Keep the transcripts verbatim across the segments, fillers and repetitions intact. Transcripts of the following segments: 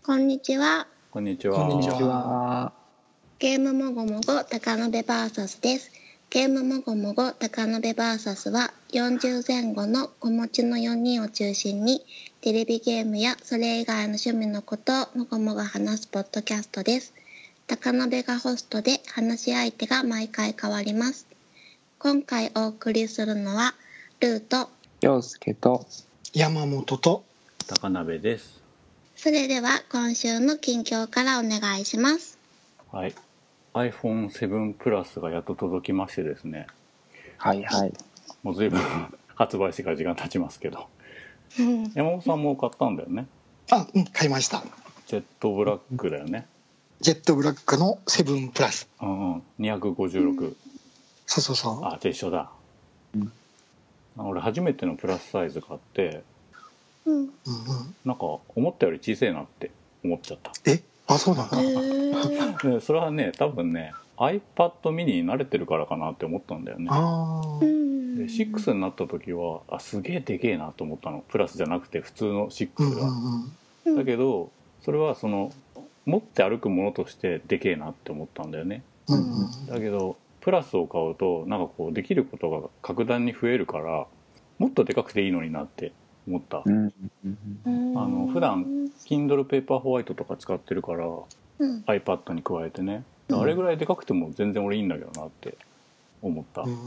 こんにちは。 こんにちは。 こんにちは。 ゲームもごもご高野辺バーサスです。ゲームもごもご高野辺バーサスはよんじゅうぜん後の子持ちのよにんを中心にテレビゲームやそれ以外の趣味のことをもごもご話すポッドキャストです。高野辺がホストで話し相手が毎回変わります。今回お送りするのはルーと陽介と山本と高鍋です。 それでは今週の近況からお願いします。 はい。アイフォンセブン プラスがやっと届きましてですね。 はいはい。 もう随分発売してから時間経ちますけど。山本さんも買ったんだよね。 あ、うん、買いました。 ジェットブラックだよね。 ジェットブラックのセブンプラス。 うんうん。にひゃくごじゅうろく。うん、 そうそうそう。 あ、じゃあ一緒だ。うん、俺初めてのプラスサイズ買って、うんうん、なんか思ったより小さいなって思っちゃった。 え、あ、そうなんだ。 でそれはね、多分ね iPad mini に慣れてるからかなって思ったんだよね。 あでろくになった時はあすげえでけえなと思ったの。プラスじゃなくて普通のろくが、うんうん、だけどそれはその持って歩くものとしてでけえなって思ったんだよね、うんうん、だけどプラスを買うとなんかこうできることが格段に増えるからもっとでかくていいのになって思った、うんうん、あの普段 Kindle Paperwhite とか使ってるから、うん、iPad に加えてね、あれぐらいでかくても全然俺いいんだけどなって思った、うん、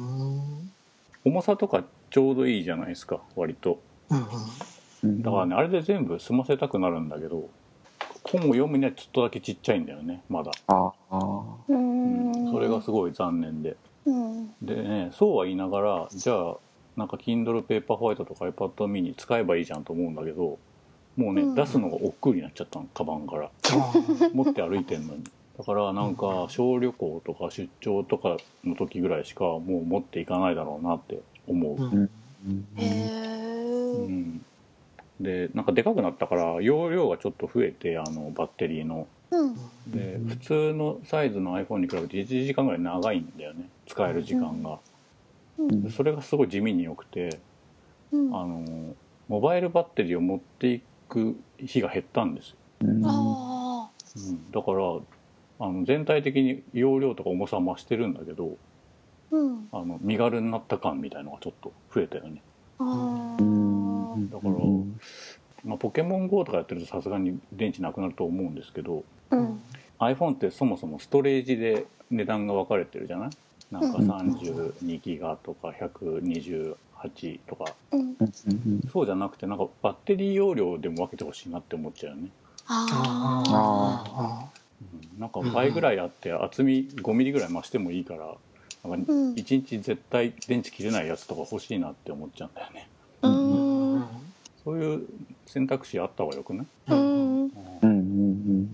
重さとかちょうどいいじゃないですか割と、うん、だからねあれで全部済ませたくなるんだけど本を読むにはちょっとだけちっちゃいんだよねまだ。ああ、うん、それがすごい残念で、うん、でねそうは言いながらじゃあなんか Kindle Paperwhite とか iPad mini 使えばいいじゃんと思うんだけどもうね、うん、出すのが億劫になっちゃったのカバンから持って歩いてんのに。だからなんか小旅行とか出張とかの時ぐらいしかもう持っていかないだろうなって思う、うんへー、うん、でなんかでかくなったから容量がちょっと増えてあのバッテリーの、うん、で普通のサイズの iPhone に比べていちじかんぐらい長いんだよね使える時間が、うん、それがすごい地味に良くて、うん、あのモバイルバッテリーを持っていく日が減ったんですよ、うんうん、だからあの全体的に容量とか重さ増してるんだけど、うん、あの身軽になった感みたいのがちょっと増えたよね。あだから、まあ、ポケモン ゴー とかやってるとさすがに電池なくなると思うんですけど、うん、iPhone ってそもそもストレージで値段が分かれてるじゃない？なんかさんじゅうにギガとかひゃくにじゅうはちとか、うん、そうじゃなくてなんかバッテリー容量でも分けてほしいなって思っちゃうよね。ああ、うん、なんか倍ぐらいあって厚みごミリぐらい増してもいいからなんかいちにち絶対電池切れないやつとか欲しいなって思っちゃうんだよね。うん、そういう選択肢あった方がよくない？うんうん、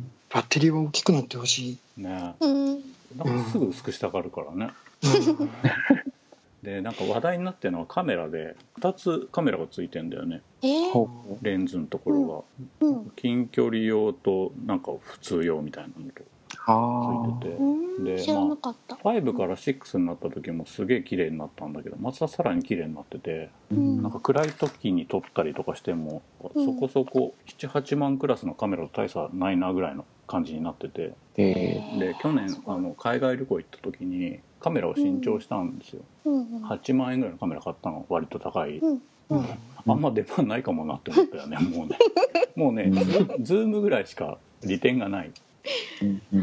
バッテリーは大きくなってほしいね。なんかすぐ薄くしたがるからね、うん、でなんか話題になってるのはカメラでふたつカメラがついてんだよね、えー、レンズのところが、うん、近距離用となんか普通用みたいなのとついてて、で、まあ、ごからろくになった時もすげえ綺麗になったんだけどまたさらに綺麗になってて、うん、なんか暗い時に撮ったりとかしても、うん、そこそこななはちまんクラスのカメラと大差ないなぐらいの感じになってて、えー、で去年あの海外旅行行った時にカメラを新調したんですよ、うん、はちまんえんぐらいのカメラ買ったの割と高い、うんうん、あんま出番ないかもなって思ったよねもうねもうねズームぐらいしか利点がない、うんうん、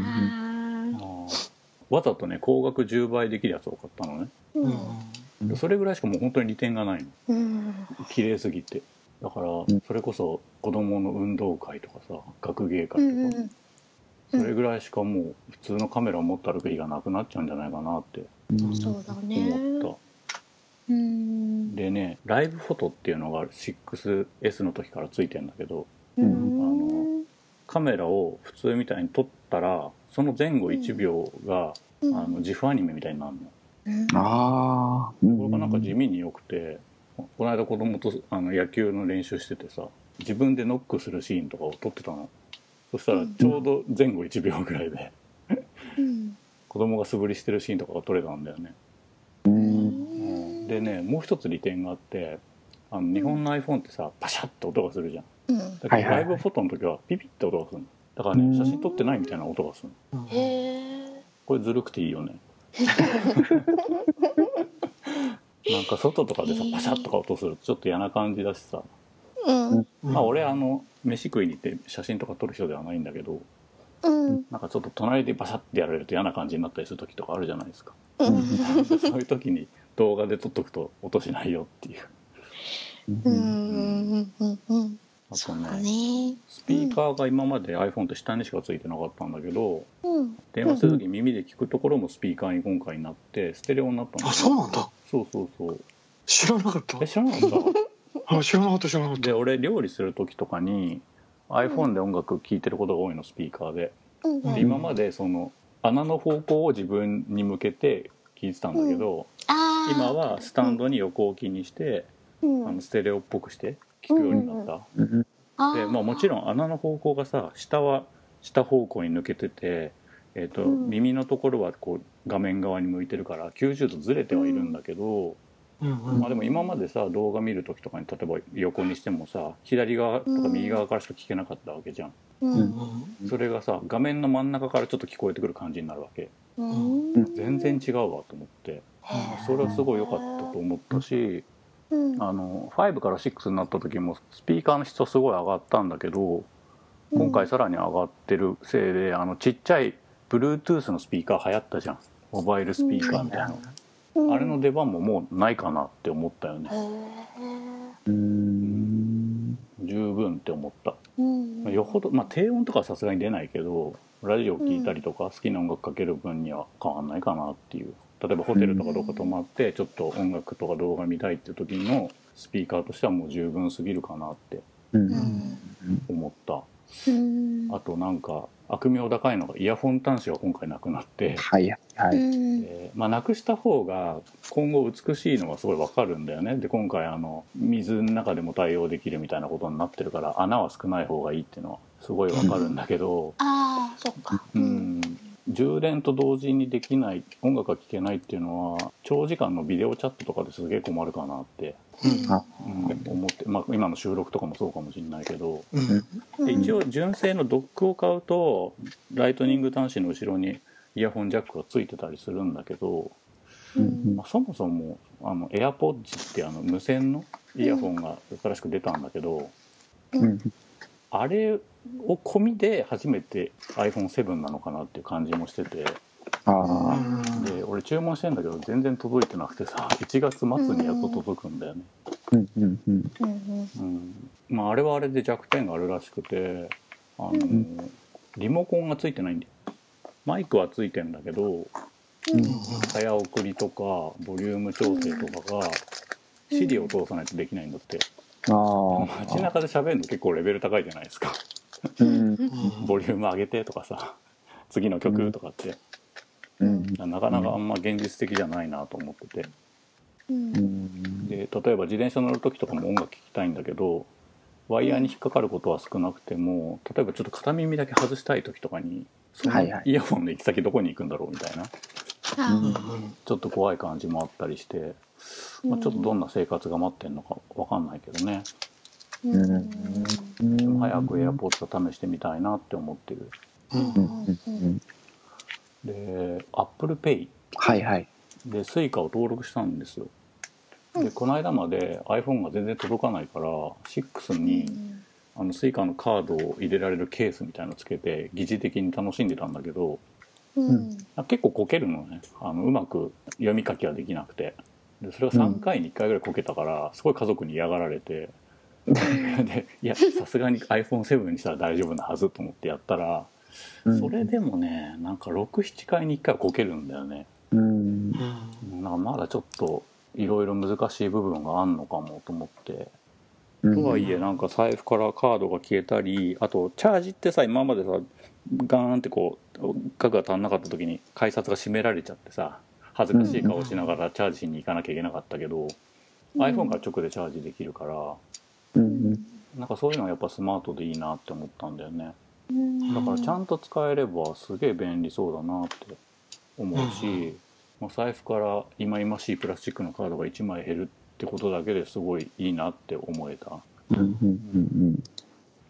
あわざとね光学じゅうばいできるやつを買ったのね、うん、それぐらいしかもう本当に利点がないの、うん、綺麗すぎてだからそれこそ子供の運動会とかさ学芸会とか、うんうんそれぐらいしかもう普通のカメラを持って歩く日がなくなっちゃうんじゃないかなって思った、そうだね、うんでねライブフォトっていうのが ろくエス の時からついてるんだけど、うん、あのカメラを普通みたいに撮ったらその前後いちびょうが、うん、あのジフアニメみたいになるの、うん、あこれがなんか地味に良くてこの間子供とあの野球の練習しててさ自分でノックするシーンとかを撮ってたの。そしたらちょうど前後いちびょうぐらいで、うん、子供が素振りしてるシーンとかが撮れたんだよね、うん、でねもう一つ利点があってあの日本の iPhone ってさパシャッと音がするじゃん、うん、だけどライブフォトの時はピピッと音がするの、 だからね写真撮ってないみたいな音がするの。 へえ。 これずるくていいよね。なんか外とかでさパシャッとか音するとちょっと嫌な感じだしさ、 うん。 まあ俺あの飯食いに行って写真とか撮る人ではないんだけど、 うん。 なんかちょっと隣でパシャッてやられると嫌な感じになったりする時とかあるじゃないですか。 うんそういう時に動画で撮っとくと音しないよっていう。 うんうんうんあとそうだねね。 スピーカーが今まで iPhone って下にしかついてなかったんだけど、 うん電話する時に耳で聞くところもスピーカーに今回なってステレオになったんだよ。 あ、そうなんだ。 そうそうそう。 知らなかったえ。知らなかったあ、知らなかった知らなかった。 で俺料理する時とかに iPhone で音楽聴いてることが多いのスピーカーで。 うんで今までその穴の方向を自分に向けて聞いてたんだけど、 あー今はスタンドに横置きにして、 うんあのステレオっぽくして聞くようになった。 うんあーでまあ、もちろん穴の方向がさ下は下方向に抜けてて、えーとうん耳のところはこう画面側に向いてるからきゅうじゅうどずれてはいるんだけど、 うんうんまあ、でも今までさ動画見る時とかに例えば横にしてもさ左側とか右側からしか聞けなかったわけじゃん。 ううんんそれがさ画面の真ん中からちょっと聞こえてくる感じになるわけ。 うん全然違うわと思ってそれはすごい良かったと思ったし、 うんあのごからろくになった時もスピーカーの質はすごい上がったんだけど今回さらに上がってるせいであのちっちゃい Bluetooth のスピーカー流行ったじゃん、モバイルスピーカーみたいな、 うんあれの出番ももうないかなって思ったよね。 へーうん十分って思った。 うんよほどまあ低音とかはさすがに出ないけどラジオ聴いたりとか好きな音楽かける分には変わんないかなっていう。例えばホテルとかどっか泊まってちょっと音楽とか動画見たいっていう時のスピーカーとしてはもう十分すぎるかなってうん思った。 うんあとなんか悪名高いのがイヤホン端子が今回なくなって、 はいはい。 うんえーまあ、なくした方が今後美しいのがすごいわかるんだよね。で今回あの水の中でも対応できるみたいなことになってるから穴は少ない方がいいっていうのはすごいわかるんだけど、 ああそっかうん充電と同時にできない音楽が聴けないっていうのは長時間のビデオチャットとかですげえ困るかなって、 うんあうん思って、まあ、今の収録とかもそうかもしれないけど、 うんで一応純正のドックを買うとライトニング端子の後ろにイヤホンジャックがついてたりするんだけど、 うんまあ、そもそもあの AirPods ってあの無線のイヤホンが新しく出たんだけど、 うんあれを込みで初めて アイフォンセブン なのかなっていう感じもしてて、 あで俺注文してんだけど全然届いてなくてさいちがつ末にやっと届くんだよね。 ーうんうんうんうんうんまあ、あれはあれで弱点があるらしくてあの、 んリモコンがついてないんでマイクはついてんだけど早送りとかボリューム調整とかが Siri を通さないとできないんだって。 あー街中で喋るの結構レベル高いじゃないですか。 うんボリューム上げてとかさ次の曲とかって、 うんなかなかあんま現実的じゃないなと思ってて、 うんうんで例えば自転車乗る時とかも音楽聴きたいんだけどワイヤーに引っかかることは少なくても例えばちょっと片耳だけ外したい時とかにそのはいはいイヤホンの行き先どこに行くんだろうみたいなあちょっと怖い感じもあったりして、まあ、ちょっとどんな生活が待ってんのか分かんないけどね、 ーうんでも早く AirPods を試してみたいなって思ってる。 うんうんうんうんで ApplePay はいはい。 で Suica を登録したんですよ。でこの間まで iPhone が全然届かないからろくにあの Suica のカードを入れられるケースみたいのつけて疑似的に楽しんでたんだけどうん結構こけるのね。あのうまく読み書きはできなくてでそれがさんかいにいっかいぐらいこけたからすごい家族に嫌がられてでいやさすがに アイフォンセブン にしたら大丈夫なはずと思ってやったらうんそれでもねなんかろく、ななかいにいっかいはこけるんだよね。 うんなんかまだちょっといろいろ難しい部分があんのかもと思って、 うんとはいえなんか財布からカードが消えたりあとチャージってさ今までさガーンってこう額が足んなかった時に改札が閉められちゃってさ恥ずかしい顔しながらチャージしに行かなきゃいけなかったけど、 うん、 iPhone から直でチャージできるからうんなんかそういうのはやっぱスマートでいいなって思ったんだよね。 うんだからちゃんと使えればすげえ便利そうだなって思うし、まあ、財布から忌々しいプラスチックのカードがいちまい減るってことだけですごいいいなって思えた。 うんうんうん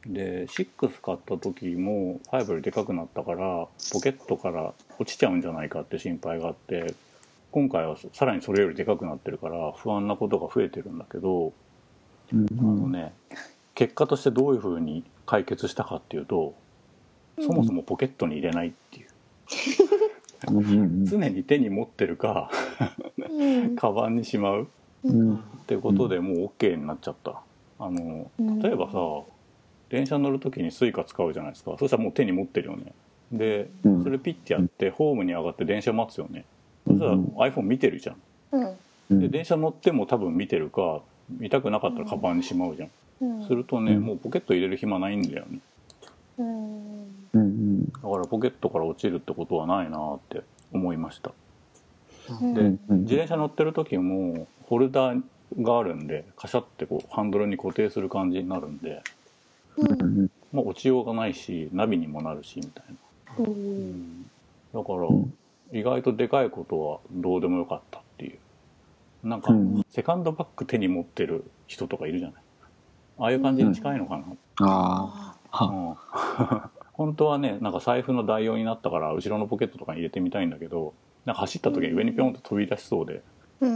でろく買った時もごよりでかくなったからポケットから落ちちゃうんじゃないかって心配があって、今回はさらにそれよりでかくなってるから不安なことが増えてるんだけど、 うん、 あのね結果としてどういう風に解決したかっていうと、そもそもポケットに入れないっていう、 うん、 常に手に持ってるかカバンにしまううんってことでもう OK になっちゃった。あの例えばさ、電車乗る時にスイカ使うじゃないですか。そしたらもう手に持ってるよね。でそれピッてやってホームに上がって電車待つよね。そしたら iPhone 見てるじゃん。で電車乗っても多分見てるか、見たくなかったらカバンにしまうじゃん。するとね、もうポケット入れる暇ないんだよね。だからポケットから落ちるってことはないなって思いました。で自転車乗ってる時もホルダーがあるんで、カシャってこうハンドルに固定する感じになるんで、まあ落ちようがないしナビにもなるしみたいな、うん、だから意外とでかいことはどうでもよかったっていう。なんかセカンドバッグ手に持ってる人とかいるじゃない。ああいう感じに近いのかな、うん、ああ、うん、本当はねなんか財布の代用になったから後ろのポケットとかに入れてみたいんだけど、なんか走った時に上にピョンと飛び出しそうで、うん、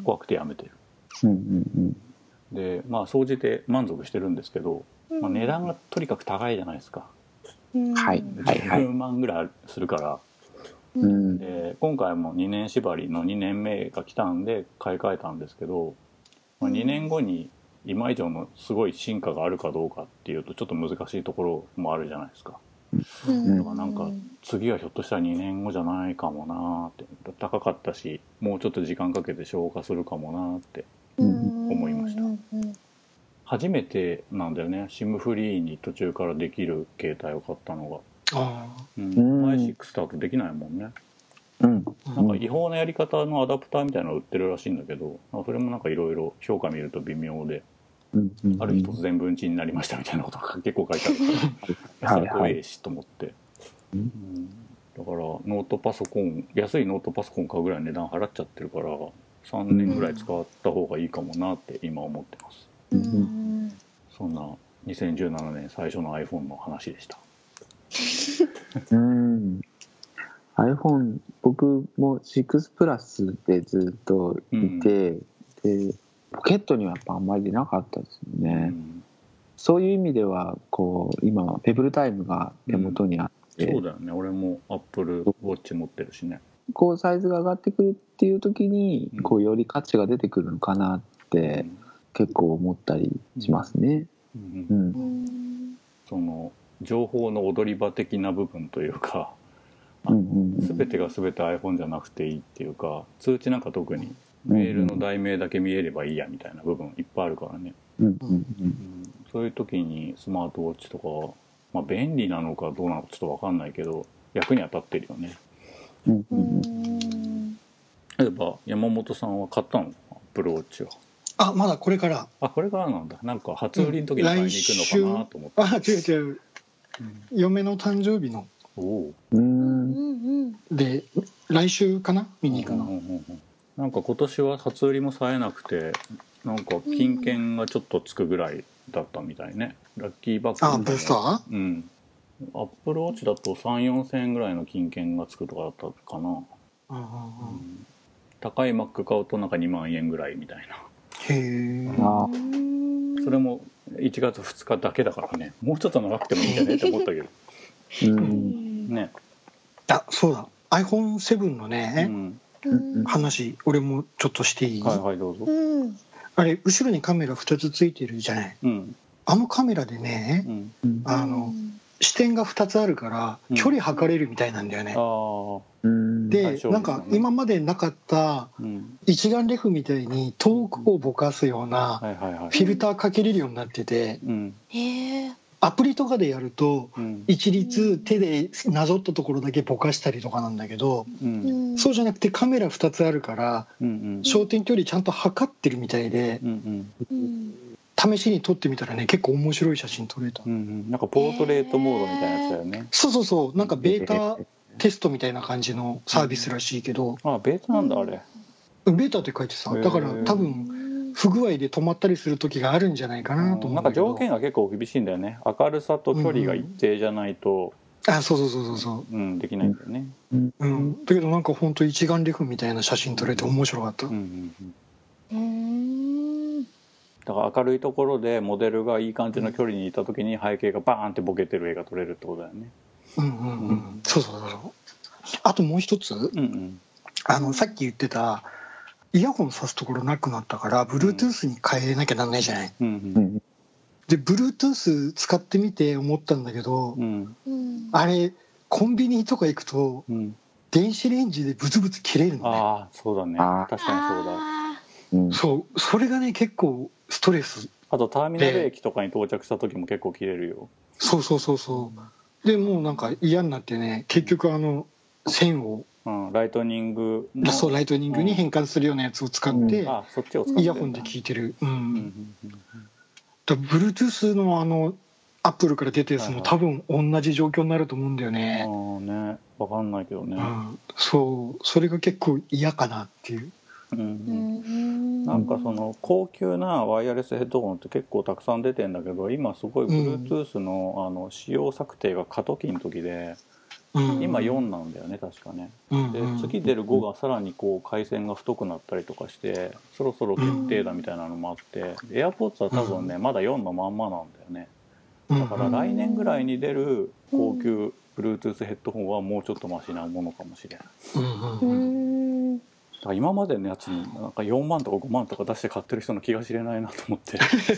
怖くてやめてる、うんうんうん、でまあ総じて満足してるんですけど、まあ、値段がとにかく高いじゃないですか、うん、はいはいはい、じゅうまんぐらいするから、うん、で今回もにねん縛りのにねんめが来たんで買い替えたんですけど、まあ、にねんごに今以上のすごい進化があるかどうかっていうとちょっと難しいところもあるじゃないですか、うん、だからなんか次はひょっとしたらにねんごじゃないかもなって、高かったしもうちょっと時間かけて消化するかもなって思いました。初めてなんだよね、シムフリーに途中からできる携帯を買ったのが。あ、うん、前ろくだとできないもんね、うん、なんか違法なやり方のアダプターみたいなの売ってるらしいんだけど、それもなんかいろいろ評価見ると微妙で、うんうんうん、ある日突然分岐になりましたみたいなことが結構書いてあるからそれ怖えしと思って、うん、だからノートパソコン、安いノートパソコン買うぐらいの値段払っちゃってるからさんねんぐらい使った方がいいかもなって今思ってます、うんうん、そんなにせんじゅうななねん最初の iPhone の話でした。 うん、iPhone 僕もろくプラスでずっといて、うん、でポケットにはやっぱあんまり出なかったですよね、うん、そういう意味ではこう今ペブルタイムが手元にあって、 うん、そうだよね、俺も Apple Watch 持ってるしね、 こうサイズが上がってくるっていう時にこうより価値が出てくるのかなって結構思ったりしますね、うんうんうん、 その情報の踊り場的な部分というか、うんうんうん、全てが全て iPhone じゃなくていいっていうか、通知なんか特にメールの題名だけ見えればいいやみたいな部分いっぱいあるからね、うんうんうん、そういう時にスマートウォッチとか、まあ、便利なのかどうなのかちょっと分かんないけど役に当たってるよね、うんうん、例えば山本さんは買ったの Apple Watch は？ あ、まだこれから。 あ、これからなんだ。なんか初売りの時に買いに行くのかなと思って、 うん、あ、違う違う、うん、嫁の誕生日のおうんで来週かな見に行くの、うんうんうん、 なんか今年は初売りも冴えなくてなんか金券がちょっとつくぐらいだったみたいね、ラッキーバッグあ、ブースター、 うん、アップルウォッチだと さんじゅうよんせんえんぐらいの金券がつくとかだったかな、うんうんうん、高い Mac 買うとなんかにまんえんぐらいみたいな。へー、それもいちがつふつかだけだからね、もうちょっと長くてもいいんじゃねって思ったけどうんね、 あ、そうだ アイフォンセブン のね、うん、話俺もちょっとしていい？ はいはいどうぞ、うん、 あれ後ろにカメラふたつついてるじゃない、うん、あのカメラでね、うん、あの視点がふたつあるから距離測れるみたいなんだよね、うん、でなんか今までなかった一眼レフみたいに遠くをぼかすようなフィルターかけれるようになってて、へー、アプリとかでやると一律手でなぞったところだけぼかしたりとかなんだけど、うん、そうじゃなくてカメラふたつあるから焦点距離ちゃんと測ってるみたいで、うんうん、試しに撮ってみたらね結構面白い写真撮れた、うんうん、 なんかポートレートモードみたいなやつだよね。 そうそうそう、なんかベータテストみたいな感じのサービスらしいけど、 うん、あベータなんだあれ、 ベータって書いてさ、だから多分不具合で止まったりする時があるんじゃないかなと思うんだけど、なんか条件が結構厳しいんだよね。明るさと距離が一定じゃないと、 うん、あそうそうそうそうそう、 うん、できないんだよね、 うんうん、だけどなんか本当一眼レフみたいな写真撮れて面白かった。うんうんうん、 だから明るいところでモデルがいい感じの距離にいた時に背景がバーンってボケてる絵が撮れるってことだよね。 うんうんうん、うん、そうそうそう。あともう一つ、うんうん、あのさっき言ってたイヤホン挿すところなくなったから Bluetooth に変えなきゃなんないじゃない、うんうん、で Bluetooth 使ってみて思ったんだけど、うん、あれコンビニとか行くと、うん、電子レンジでブツブツ切れるのね。 ああそうだね、確かにそうだ、 うん、そうそれがね結構ストレス。 あとターミナル駅とかに到着した時も結構切れるよ。 そうそうそうそう、でもうなんか嫌になってね結局あの線を、 うん、ライトニングのそうライトニングに変換するようなやつを使って、うん、あそっちを使ってイヤホンで聞いてる、うんうんうんうん、だ Bluetooth のあのアップルから出たやつも多分同じ状況になると思うんだよね。 ああね、分かんないけどね、うん、 そうそれが結構嫌かなっていう、うんうん、なんかその高級なワイヤレスヘッドホンって結構たくさん出てんだけど今すごい Bluetooth の、うん、あの仕様策定が過渡期の時で、うん、今よんなんだよね確かね、うん、で次出るごがさらにこう回線が太くなったりとかしてそろそろ決定だみたいなのもあって AirPods は多分ねまだよんのまんまなんだよね。だから来年ぐらいに出る高級 Bluetooth ヘッドホンはもうちょっとマシなものかもしれない、うん、だから今までのやつになんかよんまんとかごまんとか出して買ってる人の気が知れないなと思って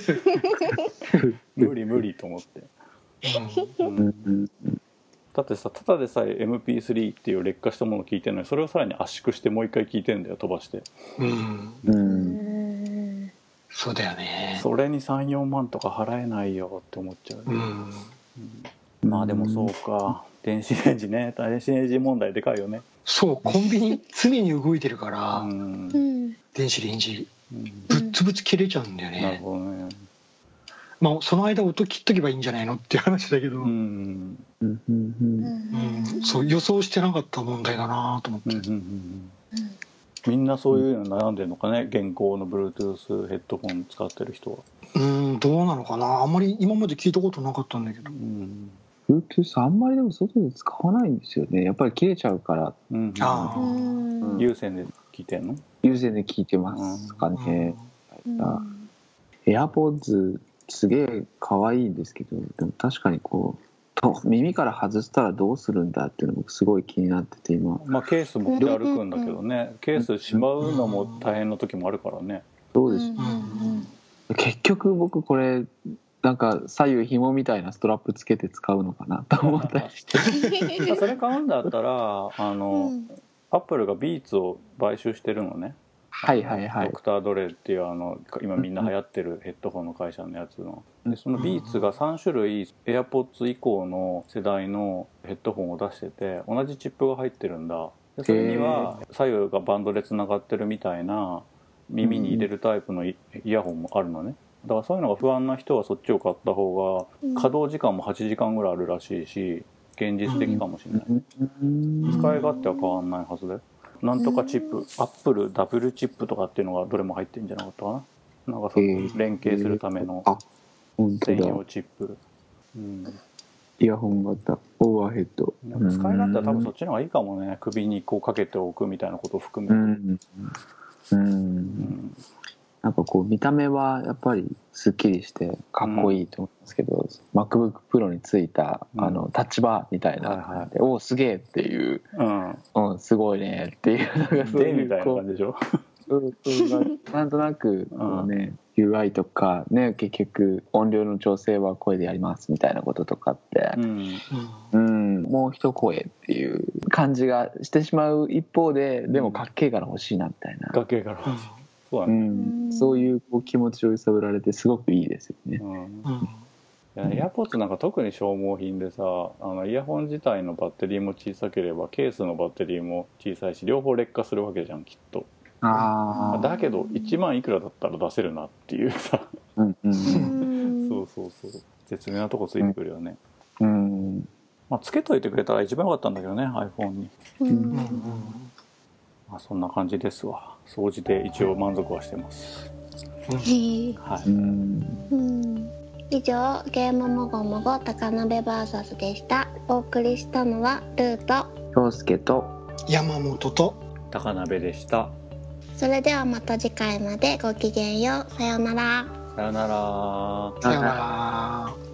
無理無理と思って、うんうん、だってさただでさえ エムピースリー っていう劣化したものを聞いてるのにそれをさらに圧縮してもう一回聞いてんだよ飛ばして、うんうんそうだよね。 それに さん,よん 万とか払えないよって思っちゃう、ね、うんうん、まあでもそうか電子レンジね電子レンジ問題でかいよね。 そうコンビニ常に動いてるから、うん、電子レンジぶっつぶつ切れちゃうんだよね、うん、なるほどね。まあその間音切っとけばいいんじゃないのっていう話だけど、うんうんうん、そう予想してなかった問題だなと思って、うんうんうん、 みんなそういうの悩んでるのかね現行の Bluetooth ヘッドホン使ってる人は。 うんどうなのかなあんまり今まで聞いたことなかったんだけど、うん、 Bluetooth あんまりでも外で使わないんですよねやっぱり切れちゃうから、うん、あうん、有線で聞いてんの？ 有線で聞いてますかね、うん、AirPods すげえ可愛いんですけどでも確かにこうと耳から外したらどうするんだっていうのもすごい気になってて今、 まあ、ケース持って歩くんだけどねケースしまうのも大変な時もあるからね。 そうです、うん、結局僕これなんか左右紐みたいなストラップつけて使うのかなと思ったりしてそれ買うんだったらあの、うん、アップルがビーツを買収してるのね。 はいはいはい、 ドクタードレっていうあの今みんな流行ってるヘッドホンの会社のやつのでそのビーツがさん種類 AirPods 以降の世代のヘッドホンを出してて同じチップが入ってるんだ。でそれには左右がバンドでつながってるみたいな耳に入れるタイプのイヤホンもあるのね。だからそういうのが不安な人はそっちを買った方が稼働時間もはちじかんぐらいあるらしいし現実的かもしれない。使い勝手は変わんないはずだよ。なんとかチップ、アップルダブルチップとかっていうのがどれも入ってるんじゃなかったかな。なんかその連携するための専用チップ、 うん、イヤホン型オーバーヘッド。 使い勝手は多分そっちの方がいいかもね。首にこうかけておくみたいなことを含めて、うんうんうん、 なんかこう見た目はやっぱりすっきりしてかっこいいと思うんですけど、うん、MacBook Pro についたあのタッチバーみたいな、はいはい、おおすげえっていう、うんうん、すごいねっていうのがそういうみたいな感じでしょ。 そうそうなんとなくこう、ね、ユーアイ とかね結局音量の調整は声でやりますみたいなこととかって、うんうん、もう一声っていう感じがしてしまう一方ででもかっけえから欲しいなみたいな、 かっけえから欲しい、 そうだね、うん、そういうこう気持ちを揺さぶられてすごくいいですよね、うんうん、イヤポッツなんか特に消耗品でさあのイヤホン自体のバッテリーも小さければケースのバッテリーも小さいし両方劣化するわけじゃんきっと。あだけどいちまんいくらだったら出せるなっていうさ、うんうん、そうそうそう絶妙なとこついてくるよね、うんうんまあ、つけといてくれたら一番良かったんだけどね iPhone に、うんうんまあ、そんな感じですわ。掃除で一応満足はしてます。 うん、はい、うん以上ゲームもごもご高鍋 ブイエス でした。お送りしたのはルーと陽介と山本と高鍋でした。 それではまた次回までごきげんよう。さようなら。 さようなら。 さようなら。